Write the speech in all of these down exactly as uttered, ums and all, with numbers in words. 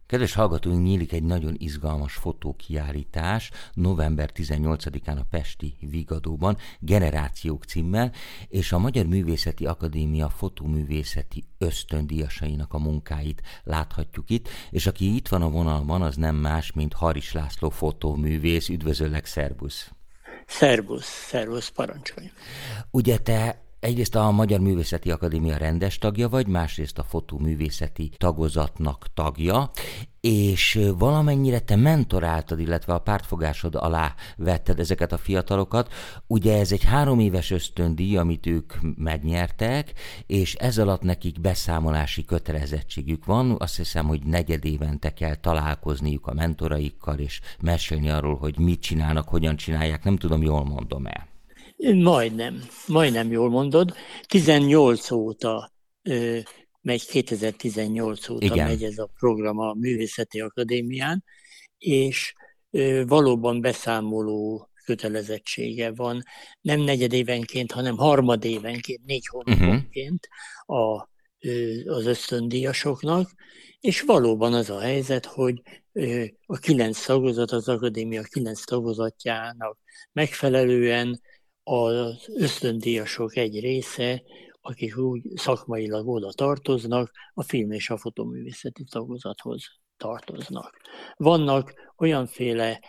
Kedves hallgatóink, nyílik egy nagyon izgalmas fotókiállítás november tizennyolcadikán a pesti Vigadóban, Generációk címmel, és a Magyar Művészeti Akadémia fotóművészeti ösztöndíjasainak a munkáit láthatjuk itt, és aki itt van a vonalban, az nem más, mint Haris László fotóművész. Üdvözöllek, szervusz! Szervusz, szervusz, parancsolj! Ugye te egyrészt a Magyar Művészeti Akadémia rendes tagja vagy, másrészt a fotóművészeti tagozatnak tagja, és valamennyire te mentoráltad, illetve a pártfogásod alá vetted ezeket a fiatalokat. Ugye ez egy három éves ösztöndíj, amit ők megnyertek, és ez alatt nekik beszámolási kötelezettségük van. Azt hiszem, hogy negyedévente kell találkozniuk a mentoraikkal, és mesélni arról, hogy mit csinálnak, hogyan csinálják. Nem tudom, jól mondom-e? Majdnem, majdnem jól mondod. tizennyolc óta ö, megy, kétezer-tizennyolc óta Igen. megy ez a program a Művészeti Akadémián, és ö, valóban beszámoló kötelezettsége van, nem negyedévenként, hanem harmadévenként, négy hónaponként a, ö, az ösztöndíjasoknak, és valóban az a helyzet, hogy ö, a kilenc tagozat, az akadémia kilenc tagozatjának megfelelően az ösztöndíjasok egy része, akik úgy szakmailag oda tartoznak, a film és a fotóművészeti tagozathoz tartoznak. Vannak olyanféle,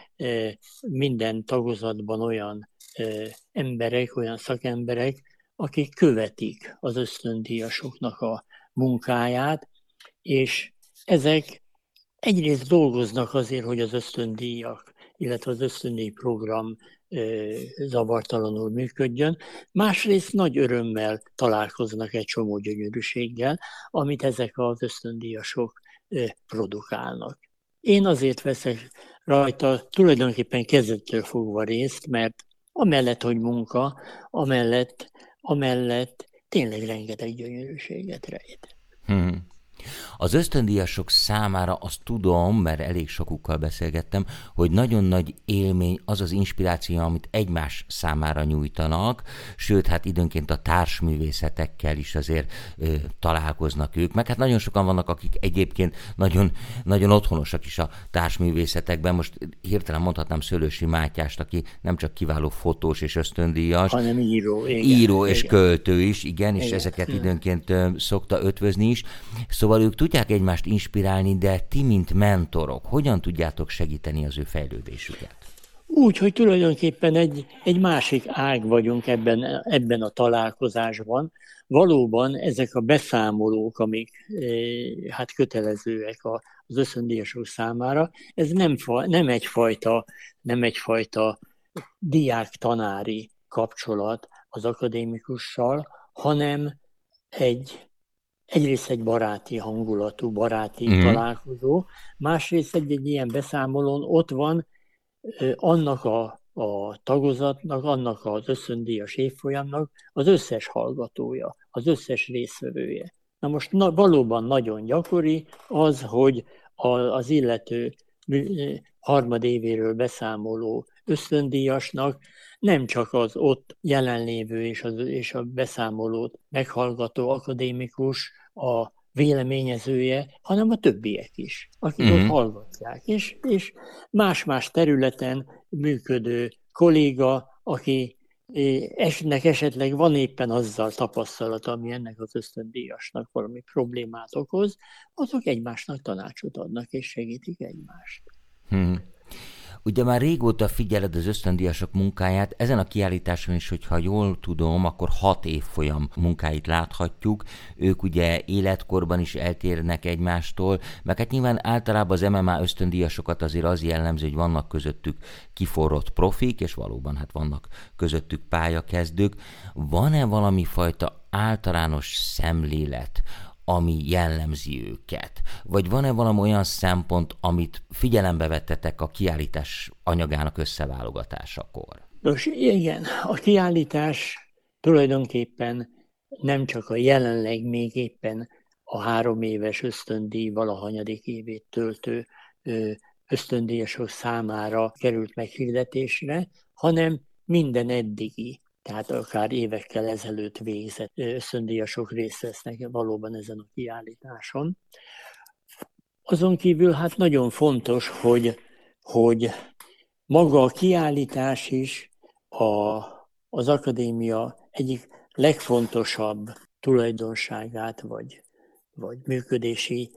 minden tagozatban olyan emberek, olyan szakemberek, akik követik az ösztöndíjasoknak a munkáját, és ezek egyrészt dolgoznak azért, hogy az ösztöndíjak, illetve az ösztöndíj program zavartalanul működjön. Másrészt nagy örömmel találkoznak egy csomó gyönyörűséggel, amit ezek az ösztöndíjasok produkálnak. Én azért veszek rajta tulajdonképpen kezdettől fogva részt, mert amellett, hogy munka, amellett, amellett tényleg rengeteg gyönyörűséget rejt. Hmm. Az ösztöndíjasok számára azt tudom, mert elég sokukkal beszélgettem, hogy nagyon nagy élmény az az inspiráció, amit egymás számára nyújtanak, sőt, hát időnként a társművészetekkel is azért ö, találkoznak ők, meg hát nagyon sokan vannak, akik egyébként nagyon, nagyon otthonosak is a társművészetekben. Most hirtelen mondhatnám Szőlősi Mátyást, aki nem csak kiváló fotós és ösztöndíjas, hanem író. Igen, író és igen. költő is, igen, és Igen. ezeket időnként ö, szokta ötvözni is. Szóval ők tudják egymást inspirálni, de ti, mint mentorok, hogyan tudjátok segíteni az ő fejlődésüket? Úgy, hogy tulajdonképpen egy, egy másik ág vagyunk ebben, ebben a találkozásban. Valóban ezek a beszámolók, amik eh, hát kötelezőek az ösztöndíjasok számára, ez nem, nem, egyfajta, nem egyfajta diák-tanári kapcsolat az akadémikussal, hanem egy Egyrészt egy baráti hangulatú, baráti mm. találkozó, másrészt egy-egy ilyen beszámolón ott van ö, annak a, a tagozatnak, annak az ösztöndíjas évfolyamnak az összes hallgatója, az összes résztvevője. Na most na, valóban nagyon gyakori az, hogy a, az illető harmadévéről beszámoló ösztöndíjasnak nem csak az ott jelenlévő és, az, és a beszámolót meghallgató akadémikus a véleményezője, hanem a többiek is, akik mm-hmm. ott hallgatják. És, és más-más területen működő kolléga, aki esnek esetleg van éppen azzal tapasztalata, ami ennek az ösztöndíjasnak valami problémát okoz, azok egymásnak tanácsot adnak és segítik egymást. Hmm. Ugye már régóta figyeled az ösztöndíjasok munkáját, ezen a kiállításon is, hogyha jól tudom, akkor hat évfolyam munkáit láthatjuk. Ők ugye életkorban is eltérnek egymástól, meg hát nyilván általában az em em á ösztöndíjasokat azért az jellemző, hogy vannak közöttük kiforrott profik, és valóban hát vannak közöttük pályakezdők. Van-e valami fajta általános szemlélet, ami jellemzi őket? Vagy van-e valami olyan szempont, amit figyelembe vettetek a kiállítás anyagának összeválogatásakor? Nos, igen, a kiállítás tulajdonképpen nem csak a jelenleg még éppen a három éves ösztöndíj valahanyadik évét töltő ösztöndíjasok számára került meghirdetésre, hanem minden eddigi, tehát akár évekkel ezelőtt végzett ösztöndíjasok részt vesznek valóban ezen a kiállításon. Azon kívül hát nagyon fontos, hogy, hogy maga a kiállítás is a, az akadémia egyik legfontosabb tulajdonságát, vagy, vagy működési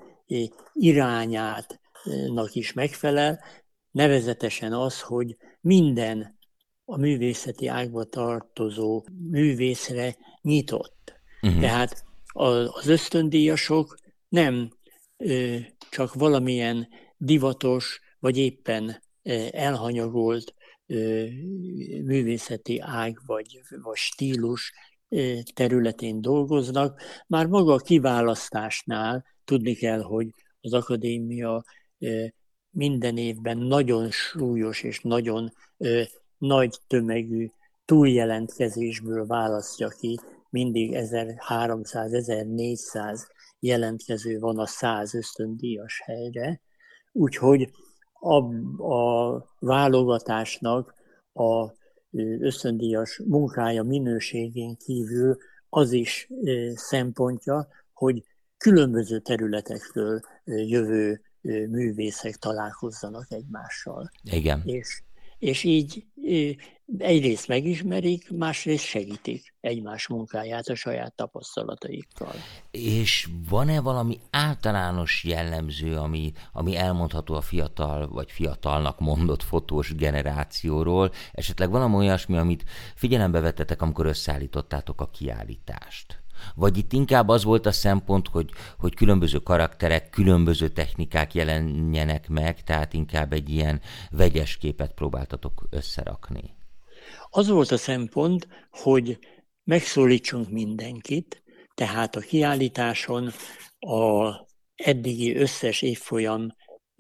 irányának is megfelel, nevezetesen az, hogy minden a művészeti ágba tartozó művészre nyitott. Uh-huh. Tehát az ösztöndíjasok nem ö, csak valamilyen divatos, vagy éppen elhanyagolt ö, művészeti ág, vagy, vagy stílus ö, területén dolgoznak. Már maga a kiválasztásnál tudni kell, hogy az akadémia ö, minden évben nagyon súlyos és nagyon ö, nagy tömegű túljelentkezésből választja ki, mindig ezerháromszáz-ezernégyszáz jelentkező van a száz ösztöndíjas helyre, úgyhogy a, a válogatásnak a ösztöndíjas munkája minőségén kívül az is szempontja, hogy különböző területekről jövő művészek találkozzanak egymással. Igen. És, és így egyrészt megismerik, másrészt segítik egymás munkáját a saját tapasztalataikkal. És van-e valami általános jellemző, ami, ami elmondható a fiatal vagy fiatalnak mondott fotós generációról? Esetleg valami olyasmi, amit figyelembe vettetek, amikor összeállítottátok a kiállítást? Vagy itt inkább az volt a szempont, hogy, hogy különböző karakterek, különböző technikák jelenjenek meg, tehát inkább egy ilyen vegyes képet próbáltatok összerakni? Az volt a szempont, hogy megszólítsunk mindenkit, tehát a kiállításon a eddigi összes évfolyam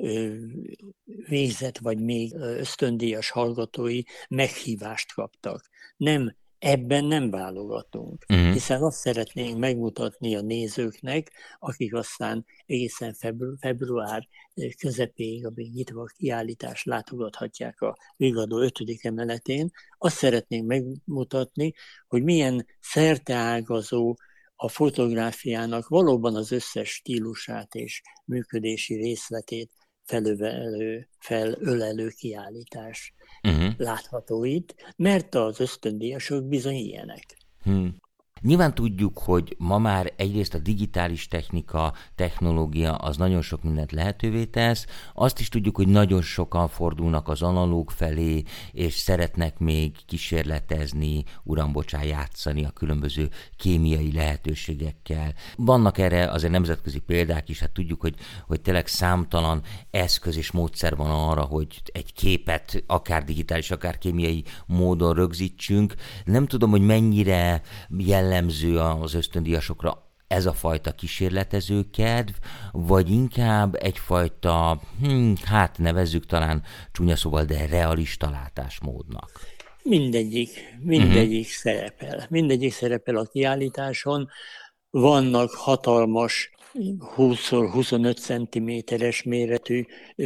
végzett vagy még ösztöndíjas hallgatói meghívást kaptak. Nem, ebben nem válogatunk, uh-huh. hiszen azt szeretnénk megmutatni a nézőknek, akik aztán egészen febru- február közepéig, amíg nyitva a kiállítást látogathatják a Vigadó ötödik emeletén, azt szeretnénk megmutatni, hogy milyen szerteágazó a fotográfiának valóban az összes stílusát és működési részletét felölelő, felölelő kiállítás uh-huh. látható itt, mert az ösztöndíjasok bizony ilyenek. Hmm. Nyilván tudjuk, hogy ma már egyrészt a digitális technika, technológia az nagyon sok mindent lehetővé tesz, azt is tudjuk, hogy nagyon sokan fordulnak az analóg felé, és szeretnek még kísérletezni, uram, bocsán, játszani a különböző kémiai lehetőségekkel. Vannak erre azért nemzetközi példák is, hát tudjuk, hogy, hogy tényleg számtalan eszköz és módszer van arra, hogy egy képet akár digitális, akár kémiai módon rögzítsünk. Nem tudom, hogy mennyire jel jellemző az ösztöndíjasokra ez a fajta kísérletező kedv, vagy inkább egyfajta, hm, hát nevezzük talán csúnya szóval, de realista látásmódnak? Mindegyik, mindegyik uh-huh. szerepel. Mindegyik szerepel a kiállításon. Vannak hatalmas húsz-huszonöt centiméteres méretű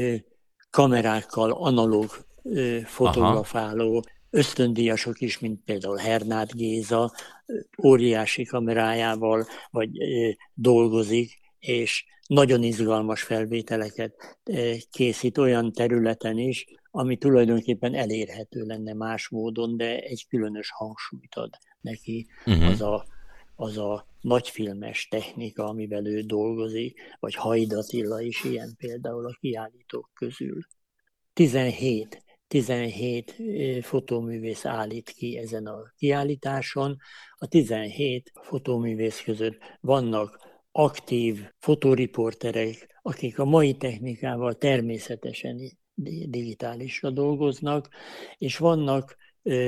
kamerákkal analóg fotografáló Aha. ösztöndíjasok is, mint például Hernáth Géza, óriási kamerájával vagy ö, dolgozik, és nagyon izgalmas felvételeket ö, készít olyan területen is, ami tulajdonképpen elérhető lenne más módon, de egy különös hangsúlyt ad neki uh-huh. az, a, az a nagyfilmes technika, amivel ő dolgozik, vagy Haid Attila is ilyen például a kiállítók közül. tizenhét tizenhét fotóművész állít ki ezen a kiállításon. A tizenhét fotóművész között vannak aktív fotóriporterek, akik a mai technikával természetesen digitálisra dolgoznak, és vannak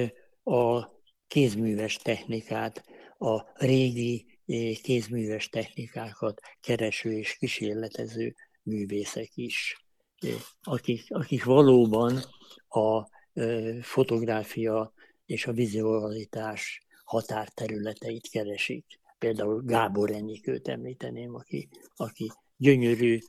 a kézműves technikát, a régi kézműves technikákat kereső és kísérletező művészek is, akik, akik valóban a fotográfia és a vizualitás határterületeit keresik. Például Gábor Enikőt említeném, aki, aki gyönyörű,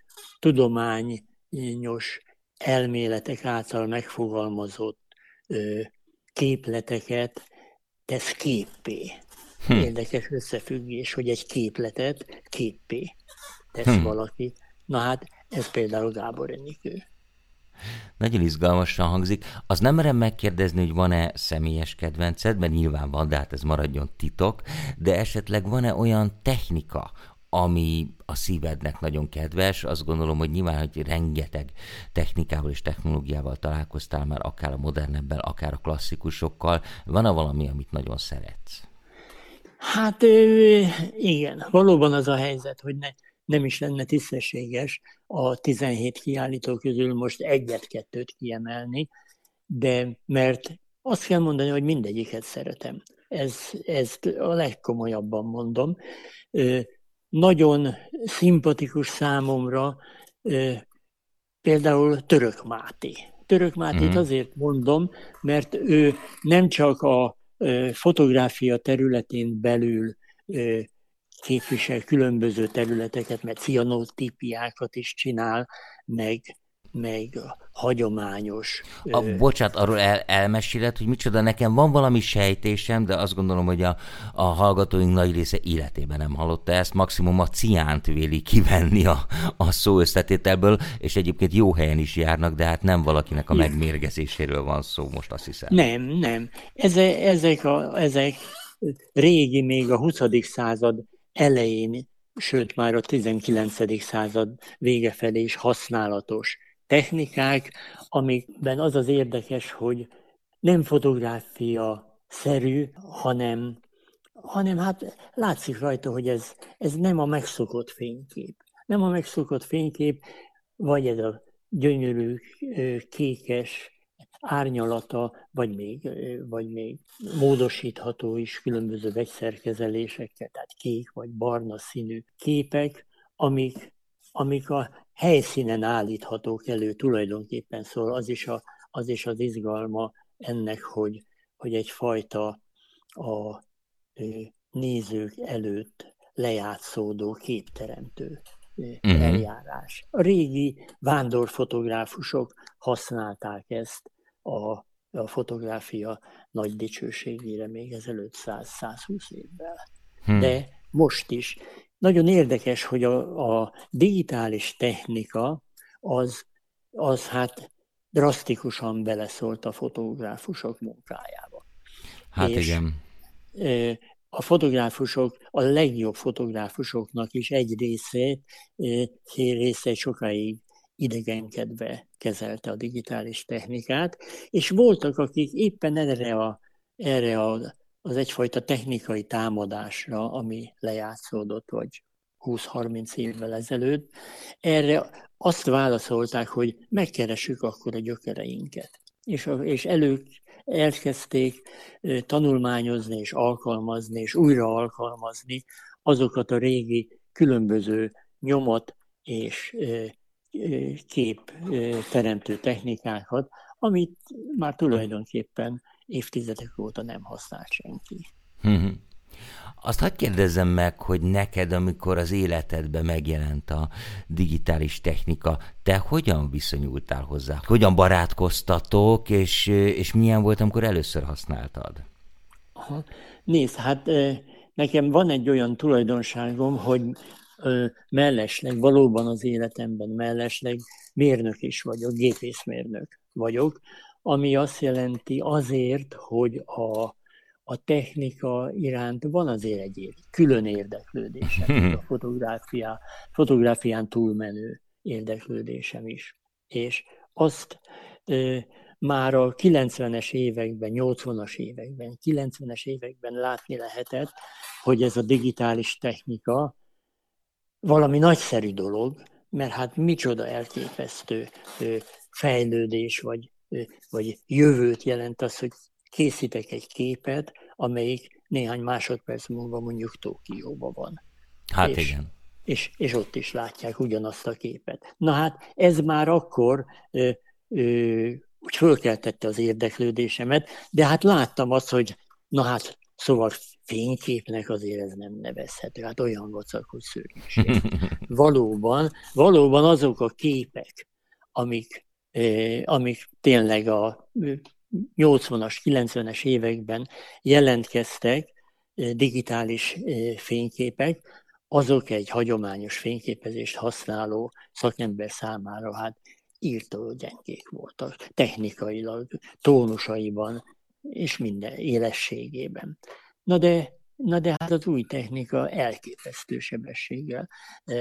tudományos elméletek által megfogalmazott ö, képleteket tesz képpé. Hm. Érdekes összefüggés, hogy egy képletet képpé tesz hm. valaki. Na hát ez például Gábor Enikő. Nagyon izgalmasan hangzik. Az nem merem megkérdezni, hogy van-e személyes kedvenced, mert nyilván van, de hát ez maradjon titok, de esetleg van-e olyan technika, ami a szívednek nagyon kedves? Azt gondolom, hogy nyilván, hogy rengeteg technikával és technológiával találkoztál már, akár a modernebbel, akár a klasszikusokkal. Van-e valami, amit nagyon szeretsz? Hát igen, valóban az a helyzet, hogy ne, nem is lenne tisztességes a tizenhét kiállító közül most egyet-kettőt kiemelni, de mert azt kell mondani, hogy mindegyiket szeretem. Ez, ezt a legkomolyabban mondom. Nagyon szimpatikus számomra például Török Máté. Török Mátét mm. azért mondom, mert ő nem csak a fotográfia területén belül képvisel különböző területeket, mert cianotípiákat is csinál, meg, meg a hagyományos... A, bocsánat, arról el, elmeséled, hogy micsoda, nekem van valami sejtésem, de azt gondolom, hogy a, a hallgatóink nagy része életében nem hallotta ezt, maximum a ciánt véli kivenni a, a szó összetételből, és egyébként jó helyen is járnak, de hát nem valakinek a megmérgezéséről van szó, most azt hiszem. Nem, nem. Eze, ezek, a, ezek régi, még a huszadik század elején, sőt már a tizenkilencedik század vége felé is használatos technikák, amikben az az érdekes, hogy nem fotográfia-szerű, hanem, hanem hát látszik rajta, hogy ez, ez nem a megszokott fénykép. Nem a megszokott fénykép, vagy ez a gyönyörű, kékes árnyalata, vagy még, vagy még módosítható is különböző vegyszerkezelésekkel, tehát kék vagy barna színű képek, amik, amik a helyszínen állíthatók elő tulajdonképpen, szóval az is, a, az, is az izgalma ennek, hogy, hogy egyfajta a nézők előtt lejátszódó képteremtő uh-huh. eljárás. A régi vándorfotográfusok használták ezt a, a fotográfia nagy dicsőségére még ezelőtt száz-százhúsz évvel. Hmm. De most is. Nagyon érdekes, hogy a, a digitális technika az, az hát drasztikusan beleszólt a fotográfusok munkájába. Hát és, igen. A fotográfusok, a legjobb fotográfusoknak is egy részét, része sokáig idegenkedve kezelte a digitális technikát, és voltak, akik éppen erre, a, erre a, az egyfajta technikai támadásra, ami lejátszódott, vagy húsz-harminc évvel ezelőtt, erre azt válaszolták, hogy megkeressük akkor a gyökereinket. És, és elő elkezdték tanulmányozni, és alkalmazni, és újra alkalmazni azokat a régi különböző nyomat és kép teremtő technikákat, amit már tulajdonképpen évtizedek óta nem használt senki. Hmm. Azt hadd kérdezzem meg, hogy neked, amikor az életedben megjelent a digitális technika, te hogyan viszonyultál hozzá? Hogyan barátkoztatok, és, és milyen volt, amikor először használtad? Aha. Nézd, hát nekem van egy olyan tulajdonságom, hogy mellesleg, valóban az életemben mellesleg mérnök is vagyok, gépészmérnök vagyok, ami azt jelenti azért, hogy a a technika iránt van azért egy külön érdeklődésem, a fotográfia, fotográfián túlmenő érdeklődésem is. És azt e, már a kilencvenes években, nyolcvanas években, kilencvenes években látni lehetett, hogy ez a digitális technika valami nagyszerű dolog, mert hát micsoda elképesztő fejlődés, vagy, vagy jövőt jelent az, hogy készítek egy képet, amelyik néhány másodperc múlva mondjuk Tokióban van. Hát és, igen. És, és ott is látják ugyanazt a képet. Na hát ez már akkor ö, ö, úgy fölkeltette az érdeklődésemet, de hát láttam azt, hogy na hát szóval fényképnek azért ez nem nevezhető. Hát olyan vacak, hogy szörnyűség. Valóban, valóban azok a képek, amik, ö, amik tényleg a nyolcvanas, kilencvenes években jelentkeztek digitális fényképek, azok egy hagyományos fényképezést használó szakember számára hát írtó gyengék voltak, technikailag, tónusaiban és minden élességében. Na de, na de hát az új technika elképesztő sebességgel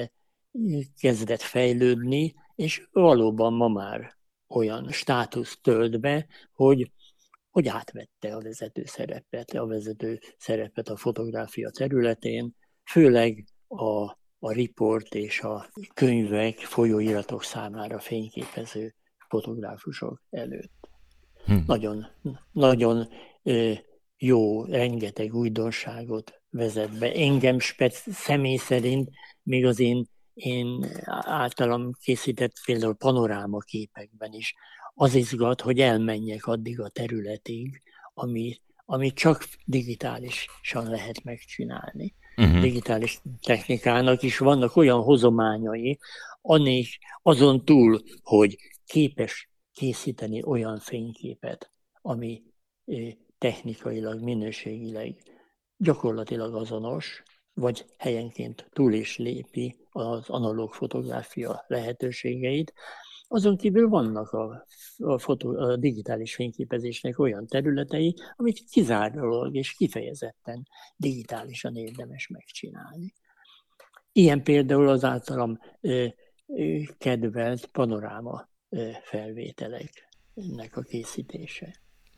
kezdett fejlődni, és valóban ma már olyan státuszt tölt be, hogy, hogy átvette a vezető szerepet, a vezető szerepet a fotográfia területén, főleg a, a riport és a könyvek, folyóiratok számára fényképező fotográfusok előtt. Hm. Nagyon, nagyon jó, rengeteg újdonságot vezet be. Engem spec, személy szerint még az én, én általam készített például panoráma képekben is az izgat, hogy elmenjek addig a területig, ami, amit csak digitálisan lehet megcsinálni. Uh-huh. Digitális technikának is vannak olyan hozományai, annék azon túl, hogy képes készíteni olyan fényképet, ami technikailag, minőségileg gyakorlatilag azonos, vagy helyenként túl is lépi az analóg fotográfia lehetőségeit. Azon kívül vannak a, a, fotó, a digitális fényképezésnek olyan területei, amit kizárólag és kifejezetten digitálisan érdemes megcsinálni. Ilyen például az általam ö, ö, kedvelt panoráma ö, felvételeknek a készítése.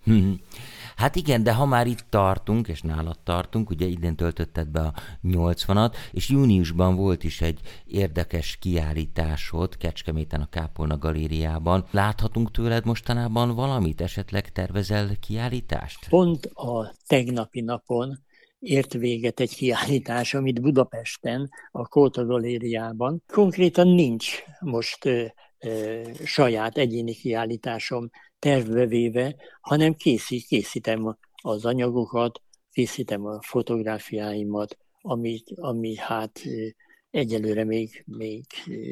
Hát igen, de ha már itt tartunk, és nálad tartunk, ugye idén töltötted be a nyolcvanat, és júniusban volt is egy érdekes kiállításod Kecskeméten a Kápolna galériában. Láthatunk tőled mostanában valamit? Esetleg tervezel kiállítást? Pont a tegnapi napon ért véget egy kiállítás, amit Budapesten, a Kóta galériában. Konkrétan nincs most ö, ö, saját egyéni kiállításom tervbe véve, hanem készít, készítem az anyagokat, készítem a fotográfiáimat, ami, ami hát egyelőre még, még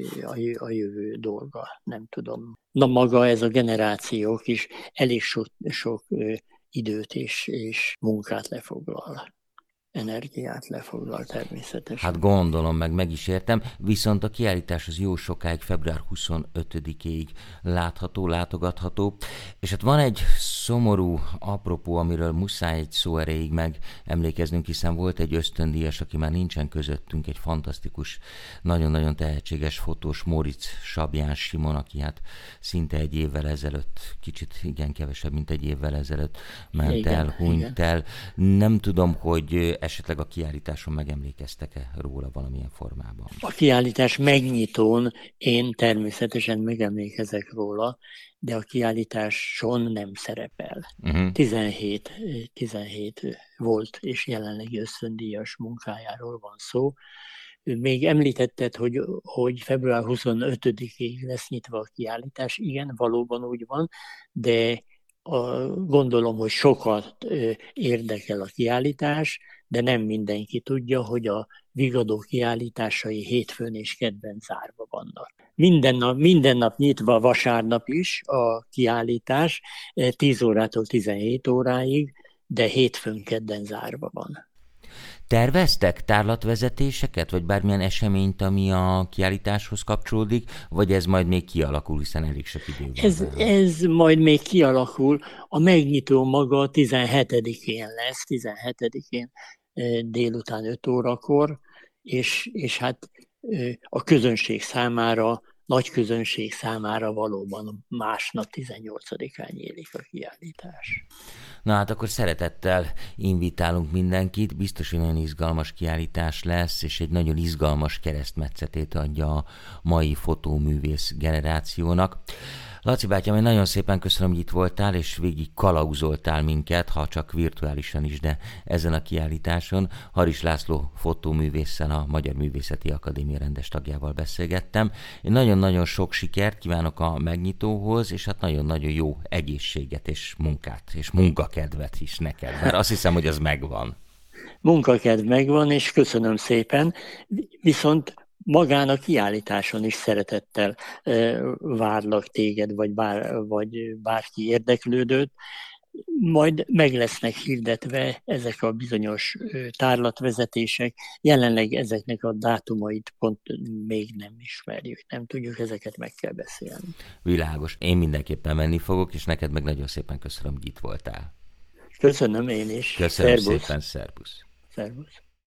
a jövő dolga, nem tudom. Na maga ez a generációk is elég sok, sok időt és, és munkát lefoglal. Energiát lefoglal természetesen. Hát gondolom, meg meg is értem, viszont a kiállítás az jó sokáig, február huszonötödikéig látható, látogatható, és hát van egy szomorú apropó, amiről muszáj egy szó erejéig megemlékeznünk, hiszen volt egy ösztöndíjas, aki már nincsen közöttünk, egy fantasztikus, nagyon-nagyon tehetséges fotós, Móricz Sabján Simon, aki hát szinte egy évvel ezelőtt, kicsit igen kevesebb, mint egy évvel ezelőtt ment igen, el, hunyt igen. el. Nem tudom, hogy esetleg a kiállításon megemlékeztek-e róla valamilyen formában? A kiállítás megnyitón én természetesen megemlékezek róla, de a kiállításon nem szerepel. Uh-huh. tizenhét, tizenhét volt és jelenlegi ösztöndíjas munkájáról van szó. Még említetted, hogy, hogy február huszonötödikéig lesz nyitva a kiállítás. Igen, valóban úgy van, de a, gondolom, hogy sokat érdekel a kiállítás, de nem mindenki tudja, hogy a Vigadó kiállításai hétfőn és kedden zárva vannak. Minden nap, minden nap nyitva, vasárnap is a kiállítás, tíz órától tizenhét óráig, de hétfőn kedden zárva van. Terveztek tárlatvezetéseket, vagy bármilyen eseményt, ami a kiállításhoz kapcsolódik, vagy ez majd még kialakul, hiszen elég sok idő van? Ez, ez majd még kialakul. A megnyitó maga tizenhetedikén lesz, tizenhetedikén délután öt órakor, és, és hát a közönség számára, nagy közönség számára valóban másnap tizennyolcadikán nyílik a kiállítás. Na hát akkor szeretettel invitálunk mindenkit, biztos, hogy nagyon izgalmas kiállítás lesz, és egy nagyon izgalmas keresztmetszetét adja a mai fotóművész generációnak. Laci bátyám, én nagyon szépen köszönöm, hogy itt voltál, és végig kalauzoltál minket, ha csak virtuálisan is, de ezen a kiállításon. Haris László fotóművésszel, a Magyar Művészeti Akadémia rendes tagjával beszélgettem. Én nagyon-nagyon sok sikert kívánok a megnyitóhoz, és hát nagyon-nagyon jó egészséget és munkát, és munkakedvet is neked, mert azt hiszem, hogy az megvan. Munkakedv megvan, és köszönöm szépen, viszont magán a kiállításon is szeretettel várlak téged, vagy, bár, vagy bárki érdeklődőt. majd meg lesznek hirdetve ezek a bizonyos tárlatvezetések. Jelenleg ezeknek a dátumait pont még nem ismerjük, nem tudjuk, ezeket meg kell beszélni. Világos. Én mindenképpen menni fogok, és neked meg nagyon szépen köszönöm, hogy itt voltál. Köszönöm én is. Köszönöm Szerbusz. szépen, szervusz. Szervusz.